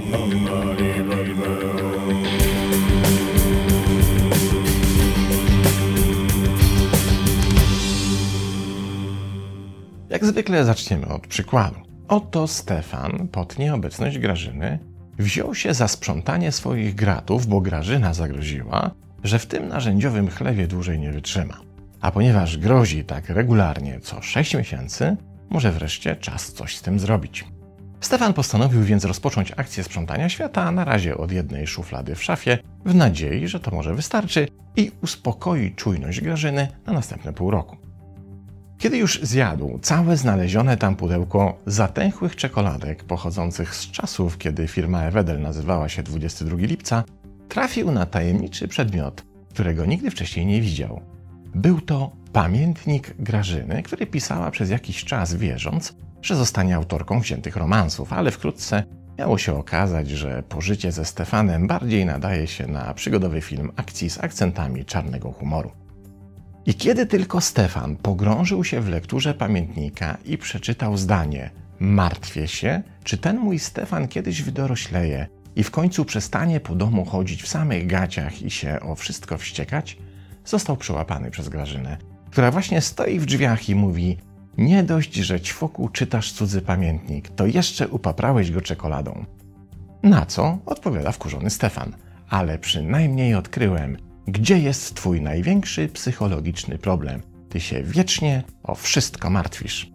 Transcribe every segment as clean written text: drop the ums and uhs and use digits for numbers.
Jak zwykle zaczniemy od przykładu. Oto Stefan pod nieobecność Grażyny wziął się za sprzątanie swoich gratów, bo Grażyna zagroziła, że w tym narzędziowym chlewie dłużej nie wytrzyma. A ponieważ grozi tak regularnie co 6 miesięcy, może wreszcie czas coś z tym zrobić. Stefan postanowił więc rozpocząć akcję sprzątania świata, na razie od jednej szuflady w szafie, w nadziei, że to może wystarczy i uspokoi czujność Grażyny na następne pół roku. Kiedy już zjadł całe znalezione tam pudełko zatęchłych czekoladek pochodzących z czasów, kiedy firma Ewedel nazywała się 22 lipca, trafił na tajemniczy przedmiot, którego nigdy wcześniej nie widział. Był to pamiętnik Grażyny, który pisała przez jakiś czas, wierząc, że zostanie autorką wziętych romansów, ale wkrótce miało się okazać, że pożycie ze Stefanem bardziej nadaje się na przygodowy film akcji z akcentami czarnego humoru. I kiedy tylko Stefan pogrążył się w lekturze pamiętnika i przeczytał zdanie „Martwię się, czy ten mój Stefan kiedyś wydorośleje i w końcu przestanie po domu chodzić w samych gaciach i się o wszystko wściekać”, został przyłapany przez Grażynę, która właśnie stoi w drzwiach i mówi: „Nie dość, że ćwoku czytasz cudzy pamiętnik, to jeszcze upaprałeś go czekoladą”. Na co odpowiada wkurzony Stefan: „Ale przynajmniej odkryłem, gdzie jest twój największy psychologiczny problem. Ty się wiecznie o wszystko martwisz”.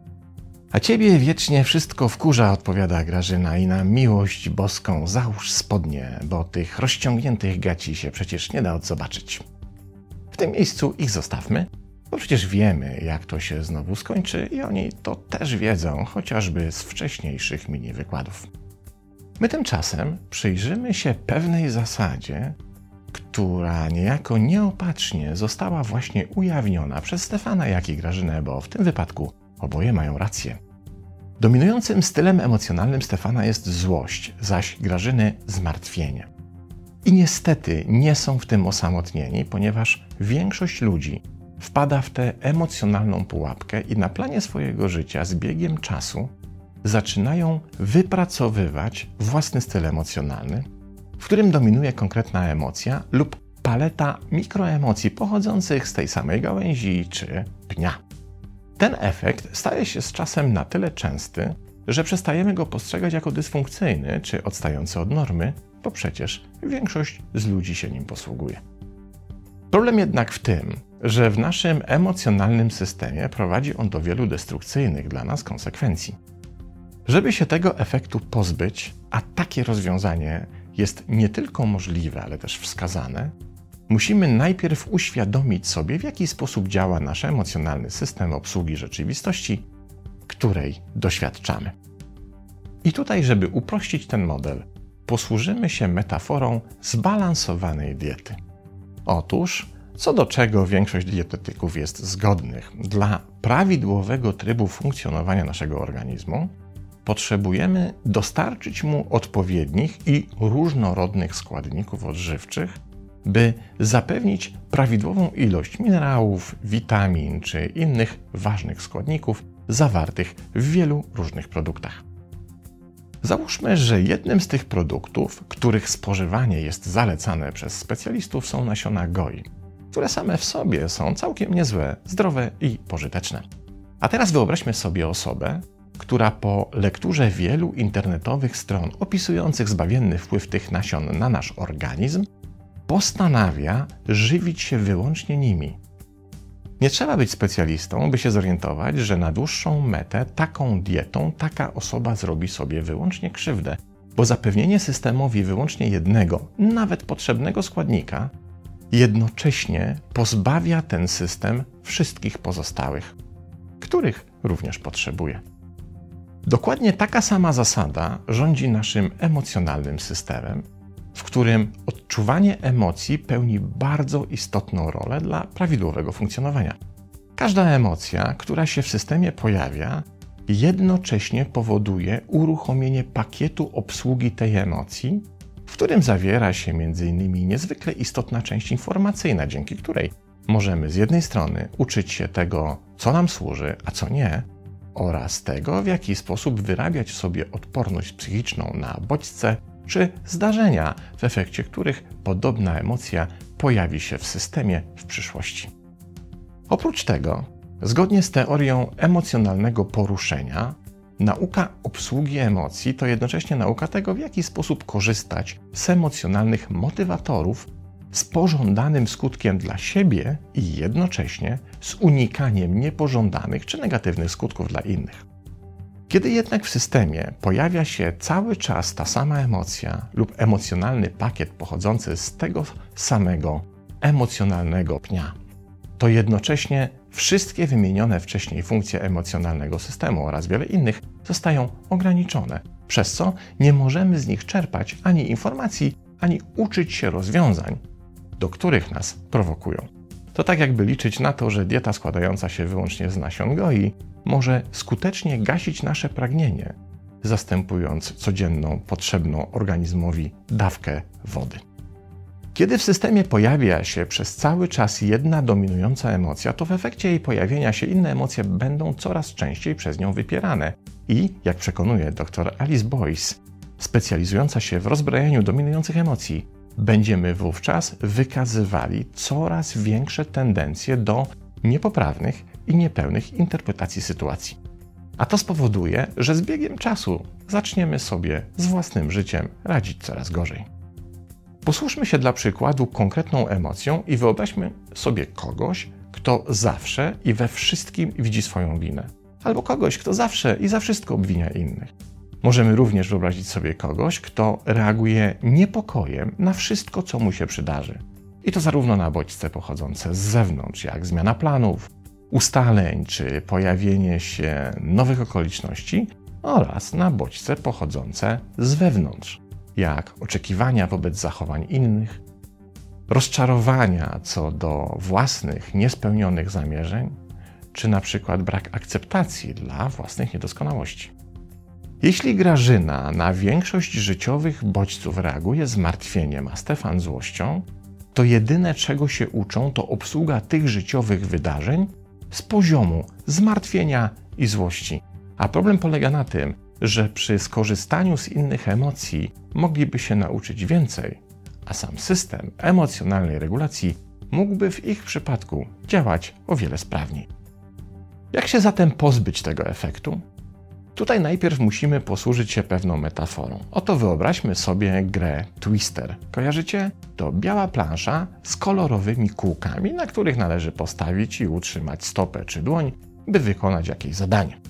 „A ciebie wiecznie wszystko wkurza”, odpowiada Grażyna, „i na miłość boską załóż spodnie, bo tych rozciągniętych gaci się przecież nie da odzobaczyć”. W tym miejscu ich zostawmy, bo przecież wiemy, jak to się znowu skończy i oni to też wiedzą, chociażby z wcześniejszych mini wykładów. My tymczasem przyjrzymy się pewnej zasadzie, która niejako nieopatrznie została właśnie ujawniona przez Stefana, jak i Grażynę, bo w tym wypadku oboje mają rację. Dominującym stylem emocjonalnym Stefana jest złość, zaś Grażyny zmartwienie. I niestety nie są w tym osamotnieni, ponieważ większość ludzi wpada w tę emocjonalną pułapkę i na planie swojego życia z biegiem czasu zaczynają wypracowywać własny styl emocjonalny, w którym dominuje konkretna emocja lub paleta mikroemocji pochodzących z tej samej gałęzi czy pnia. Ten efekt staje się z czasem na tyle częsty, że przestajemy go postrzegać jako dysfunkcyjny czy odstający od normy, bo przecież większość z ludzi się nim posługuje. Problem jednak w tym, że w naszym emocjonalnym systemie prowadzi on do wielu destrukcyjnych dla nas konsekwencji. Żeby się tego efektu pozbyć, a takie rozwiązanie jest nie tylko możliwe, ale też wskazane, musimy najpierw uświadomić sobie, w jaki sposób działa nasz emocjonalny system obsługi rzeczywistości, której doświadczamy. I tutaj, żeby uprościć ten model, posłużymy się metaforą zbalansowanej diety. Otóż, co do czego większość dietetyków jest zgodnych, dla prawidłowego trybu funkcjonowania naszego organizmu potrzebujemy dostarczyć mu odpowiednich i różnorodnych składników odżywczych, by zapewnić prawidłową ilość minerałów, witamin czy innych ważnych składników zawartych w wielu różnych produktach. Załóżmy, że jednym z tych produktów, których spożywanie jest zalecane przez specjalistów, są nasiona goi, które same w sobie są całkiem niezłe, zdrowe i pożyteczne. A teraz wyobraźmy sobie osobę, która po lekturze wielu internetowych stron opisujących zbawienny wpływ tych nasion na nasz organizm postanawia żywić się wyłącznie nimi. Nie trzeba być specjalistą, by się zorientować, że na dłuższą metę taką dietą taka osoba zrobi sobie wyłącznie krzywdę, bo zapewnienie systemowi wyłącznie jednego, nawet potrzebnego składnika, jednocześnie pozbawia ten system wszystkich pozostałych, których również potrzebuje. Dokładnie taka sama zasada rządzi naszym emocjonalnym systemem, w którym odczuwanie emocji pełni bardzo istotną rolę dla prawidłowego funkcjonowania. Każda emocja, która się w systemie pojawia, jednocześnie powoduje uruchomienie pakietu obsługi tej emocji, w którym zawiera się m.in. niezwykle istotna część informacyjna, dzięki której możemy z jednej strony uczyć się tego, co nam służy, a co nie, oraz tego, w jaki sposób wyrabiać sobie odporność psychiczną na bodźce czy zdarzenia, w efekcie których podobna emocja pojawi się w systemie w przyszłości. Oprócz tego, zgodnie z teorią emocjonalnego poruszenia, nauka obsługi emocji to jednocześnie nauka tego, w jaki sposób korzystać z emocjonalnych motywatorów z pożądanym skutkiem dla siebie i jednocześnie z unikaniem niepożądanych czy negatywnych skutków dla innych. Kiedy jednak w systemie pojawia się cały czas ta sama emocja lub emocjonalny pakiet pochodzący z tego samego emocjonalnego pnia, to jednocześnie wszystkie wymienione wcześniej funkcje emocjonalnego systemu oraz wiele innych zostają ograniczone, przez co nie możemy z nich czerpać ani informacji, ani uczyć się rozwiązań, do których nas prowokują. To tak jakby liczyć na to, że dieta składająca się wyłącznie z nasion goi może skutecznie gasić nasze pragnienie, zastępując codzienną, potrzebną organizmowi dawkę wody. Kiedy w systemie pojawia się przez cały czas jedna dominująca emocja, to w efekcie jej pojawienia się inne emocje będą coraz częściej przez nią wypierane i, jak przekonuje dr Alice Boyce, specjalizująca się w rozbrajaniu dominujących emocji, będziemy wówczas wykazywali coraz większe tendencje do niepoprawnych i niepełnych interpretacji sytuacji. A to spowoduje, że z biegiem czasu zaczniemy sobie z własnym życiem radzić coraz gorzej. Posłużmy się dla przykładu konkretną emocją i wyobraźmy sobie kogoś, kto zawsze i we wszystkim widzi swoją winę. Albo kogoś, kto zawsze i za wszystko obwinia innych. Możemy również wyobrazić sobie kogoś, kto reaguje niepokojem na wszystko, co mu się przydarzy. I to zarówno na bodźce pochodzące z zewnątrz, jak zmiana planów, ustaleń czy pojawienie się nowych okoliczności, oraz na bodźce pochodzące z wewnątrz, jak oczekiwania wobec zachowań innych, rozczarowania co do własnych niespełnionych zamierzeń, czy na przykład brak akceptacji dla własnych niedoskonałości. Jeśli Grażyna na większość życiowych bodźców reaguje zmartwieniem, a Stefan złością, to jedyne, czego się uczą, to obsługa tych życiowych wydarzeń z poziomu zmartwienia i złości. A problem polega na tym, że przy skorzystaniu z innych emocji mogliby się nauczyć więcej, a sam system emocjonalnej regulacji mógłby w ich przypadku działać o wiele sprawniej. Jak się zatem pozbyć tego efektu? Tutaj najpierw musimy posłużyć się pewną metaforą. Oto wyobraźmy sobie grę Twister. Kojarzycie? To biała plansza z kolorowymi kółkami, na których należy postawić i utrzymać stopę czy dłoń, by wykonać jakieś zadanie.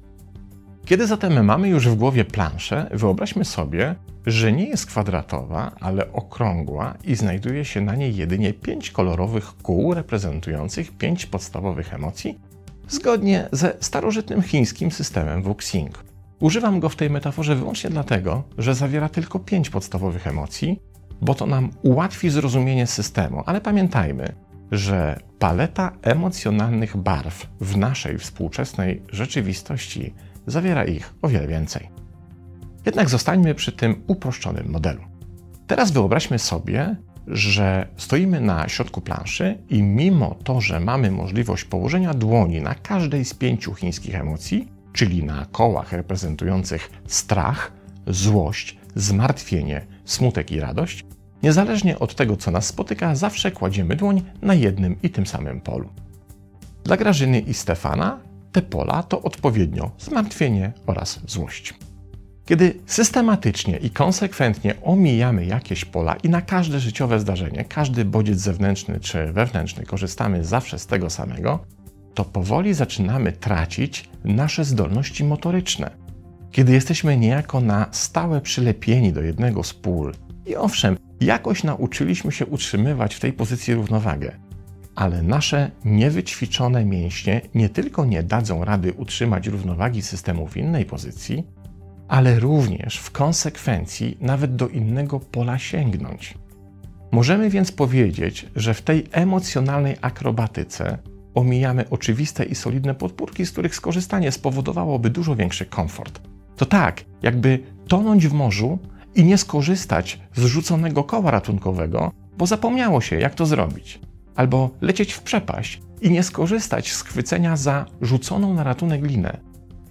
Kiedy zatem mamy już w głowie planszę, wyobraźmy sobie, że nie jest kwadratowa, ale okrągła i znajduje się na niej jedynie 5 kolorowych kół reprezentujących 5 podstawowych emocji, zgodnie ze starożytnym chińskim systemem Wuxing. Używam go w tej metaforze wyłącznie dlatego, że zawiera tylko 5 podstawowych emocji, bo to nam ułatwi zrozumienie systemu, ale pamiętajmy, że paleta emocjonalnych barw w naszej współczesnej rzeczywistości zawiera ich o wiele więcej. Jednak zostańmy przy tym uproszczonym modelu. Teraz wyobraźmy sobie, że stoimy na środku planszy i mimo to, że mamy możliwość położenia dłoni na każdej z 5 chińskich emocji, czyli na kołach reprezentujących strach, złość, zmartwienie, smutek i radość, niezależnie od tego, co nas spotyka, zawsze kładziemy dłoń na jednym i tym samym polu. Dla Grażyny i Stefana te pola to odpowiednio zmartwienie oraz złość. Kiedy systematycznie i konsekwentnie omijamy jakieś pola i na każde życiowe zdarzenie, każdy bodziec zewnętrzny czy wewnętrzny korzystamy zawsze z tego samego, to powoli zaczynamy tracić nasze zdolności motoryczne. Kiedy jesteśmy niejako na stałe przylepieni do jednego z pól i owszem, jakoś nauczyliśmy się utrzymywać w tej pozycji równowagę, ale nasze niewyćwiczone mięśnie nie tylko nie dadzą rady utrzymać równowagi systemu w innej pozycji, ale również w konsekwencji nawet do innego pola sięgnąć. Możemy więc powiedzieć, że w tej emocjonalnej akrobatyce omijamy oczywiste i solidne podpórki, z których skorzystanie spowodowałoby dużo większy komfort. To tak, jakby tonąć w morzu i nie skorzystać z rzuconego koła ratunkowego, bo zapomniało się, jak to zrobić. Albo lecieć w przepaść i nie skorzystać z chwycenia za rzuconą na ratunek linę,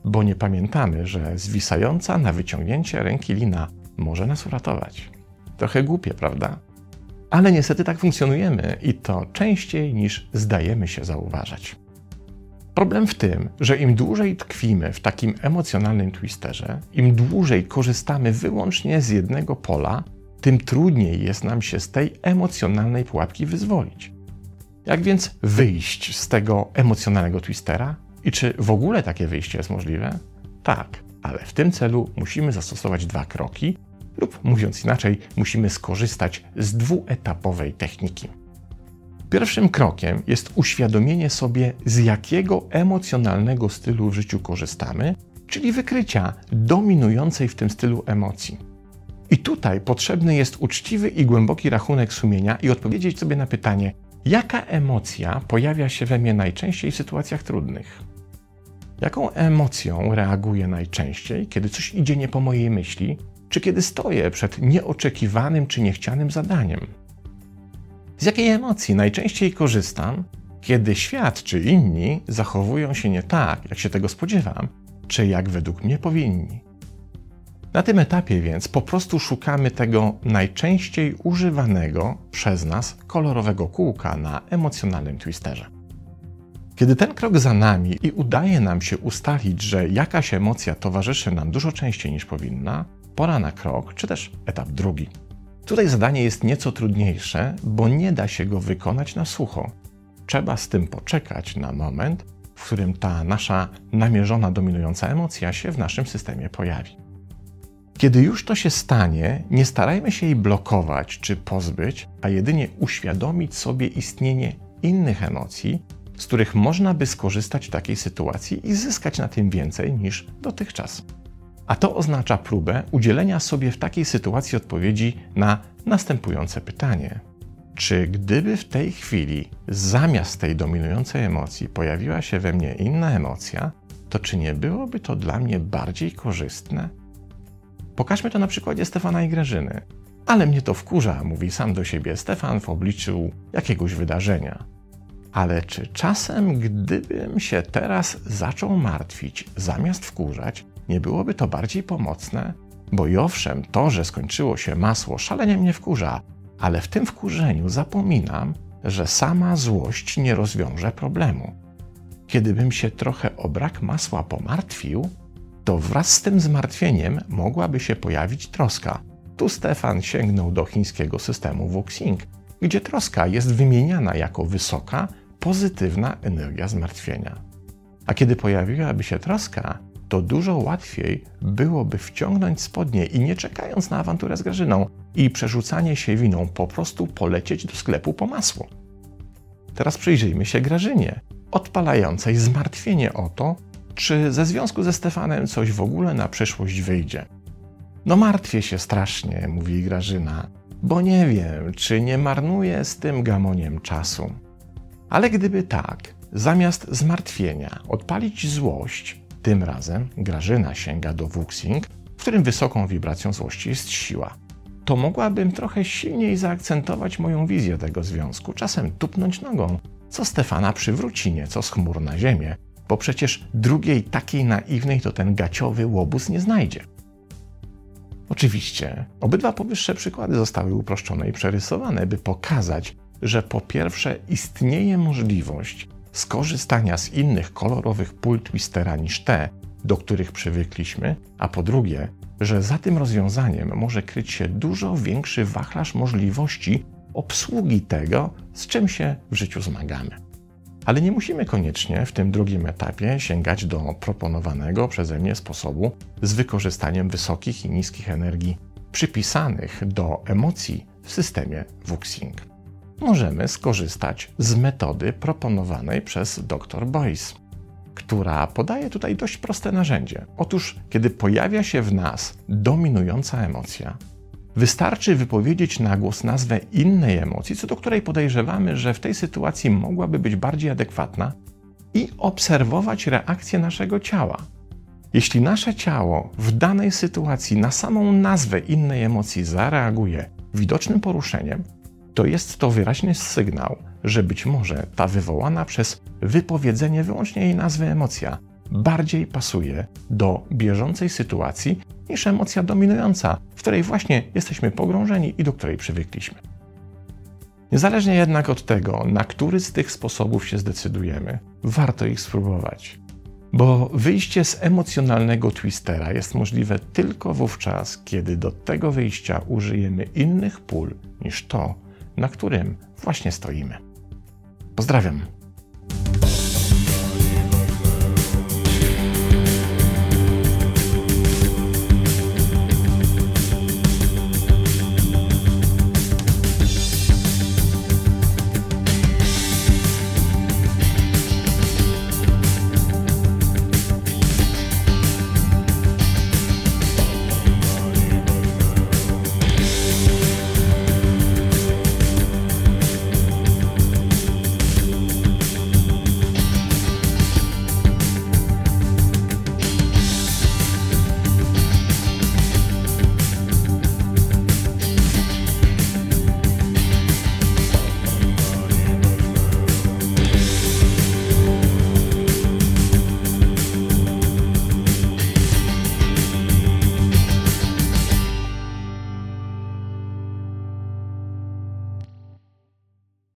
bo nie pamiętamy, że zwisająca na wyciągnięcie ręki lina może nas uratować. Trochę głupie, prawda? Ale niestety tak funkcjonujemy i to częściej niż zdajemy się zauważać. Problem w tym, że im dłużej tkwimy w takim emocjonalnym twisterze, im dłużej korzystamy wyłącznie z jednego pola, tym trudniej jest nam się z tej emocjonalnej pułapki wyzwolić. Jak więc wyjść z tego emocjonalnego twistera? I czy w ogóle takie wyjście jest możliwe? Tak, ale w tym celu musimy zastosować 2 kroki, lub mówiąc inaczej, musimy skorzystać z dwuetapowej techniki. Pierwszym krokiem jest uświadomienie sobie, z jakiego emocjonalnego stylu w życiu korzystamy, czyli wykrycia dominującej w tym stylu emocji. I tutaj potrzebny jest uczciwy i głęboki rachunek sumienia i odpowiedzieć sobie na pytanie, jaka emocja pojawia się we mnie najczęściej w sytuacjach trudnych? Jaką emocją reaguję najczęściej, kiedy coś idzie nie po mojej myśli, czy kiedy stoję przed nieoczekiwanym czy niechcianym zadaniem? Z jakiej emocji najczęściej korzystam, kiedy świat czy inni zachowują się nie tak, jak się tego spodziewam, czy jak według mnie powinni? Na tym etapie więc po prostu szukamy tego najczęściej używanego przez nas kolorowego kółka na emocjonalnym twisterze. Kiedy ten krok za nami i udaje nam się ustalić, że jakaś emocja towarzyszy nam dużo częściej niż powinna, pora na krok, czy też etap drugi. Tutaj zadanie jest nieco trudniejsze, bo nie da się go wykonać na sucho. Trzeba z tym poczekać na moment, w którym ta nasza namierzona, dominująca emocja się w naszym systemie pojawi. Kiedy już to się stanie, nie starajmy się jej blokować czy pozbyć, a jedynie uświadomić sobie istnienie innych emocji, z których można by skorzystać w takiej sytuacji i zyskać na tym więcej niż dotychczas. A to oznacza próbę udzielenia sobie w takiej sytuacji odpowiedzi na następujące pytanie. Czy gdyby w tej chwili zamiast tej dominującej emocji pojawiła się we mnie inna emocja, to czy nie byłoby to dla mnie bardziej korzystne? Pokażmy to na przykładzie Stefana i Grażyny. Ale mnie to wkurza, mówi sam do siebie Stefan w obliczu jakiegoś wydarzenia. Ale czy czasem, gdybym się teraz zaczął martwić, zamiast wkurzać, nie byłoby to bardziej pomocne? Bo i owszem, to, że skończyło się masło, szalenie mnie wkurza, ale w tym wkurzeniu zapominam, że sama złość nie rozwiąże problemu. Kiedybym się trochę o brak masła pomartwił, to wraz z tym zmartwieniem mogłaby się pojawić troska. Tu Stefan sięgnął do chińskiego systemu Wuxing, gdzie troska jest wymieniana jako wysoka, pozytywna energia zmartwienia. A kiedy pojawiłaby się troska, to dużo łatwiej byłoby wciągnąć spodnie i nie czekając na awanturę z Grażyną i przerzucanie się winą, po prostu polecieć do sklepu po masło. Teraz przyjrzyjmy się Grażynie, odpalającej zmartwienie o to, czy ze związku ze Stefanem coś w ogóle na przyszłość wyjdzie. No martwię się strasznie, mówi Grażyna, bo nie wiem, czy nie marnuję z tym gamoniem czasu. Ale gdyby tak, zamiast zmartwienia odpalić złość, tym razem Grażyna sięga do Wuxing, w którym wysoką wibracją złości jest siła. To mogłabym trochę silniej zaakcentować moją wizję tego związku, czasem tupnąć nogą, co Stefana przywróci nieco z chmur na ziemię, bo przecież drugiej takiej naiwnej to ten gaciowy łobuz nie znajdzie. Oczywiście, obydwa powyższe przykłady zostały uproszczone i przerysowane, by pokazać, że po pierwsze istnieje możliwość skorzystania z innych kolorowych pól twistera niż te, do których przywykliśmy, a po drugie, że za tym rozwiązaniem może kryć się dużo większy wachlarz możliwości obsługi tego, z czym się w życiu zmagamy. Ale nie musimy koniecznie w tym drugim etapie sięgać do proponowanego przeze mnie sposobu z wykorzystaniem wysokich i niskich energii przypisanych do emocji w systemie Wuxing. Możemy skorzystać z metody proponowanej przez dr Boyce, która podaje tutaj dość proste narzędzie. Otóż, kiedy pojawia się w nas dominująca emocja, wystarczy wypowiedzieć na głos nazwę innej emocji, co do której podejrzewamy, że w tej sytuacji mogłaby być bardziej adekwatna, i obserwować reakcję naszego ciała. Jeśli nasze ciało w danej sytuacji na samą nazwę innej emocji zareaguje widocznym poruszeniem, to jest to wyraźny sygnał, że być może ta wywołana przez wypowiedzenie wyłącznie jej nazwy emocja bardziej pasuje do bieżącej sytuacji niż emocja dominująca, w której właśnie jesteśmy pogrążeni i do której przywykliśmy. Niezależnie jednak od tego, na który z tych sposobów się zdecydujemy, warto ich spróbować. Bo wyjście z emocjonalnego twistera jest możliwe tylko wówczas, kiedy do tego wyjścia użyjemy innych pól niż to, na którym właśnie stoimy. Pozdrawiam.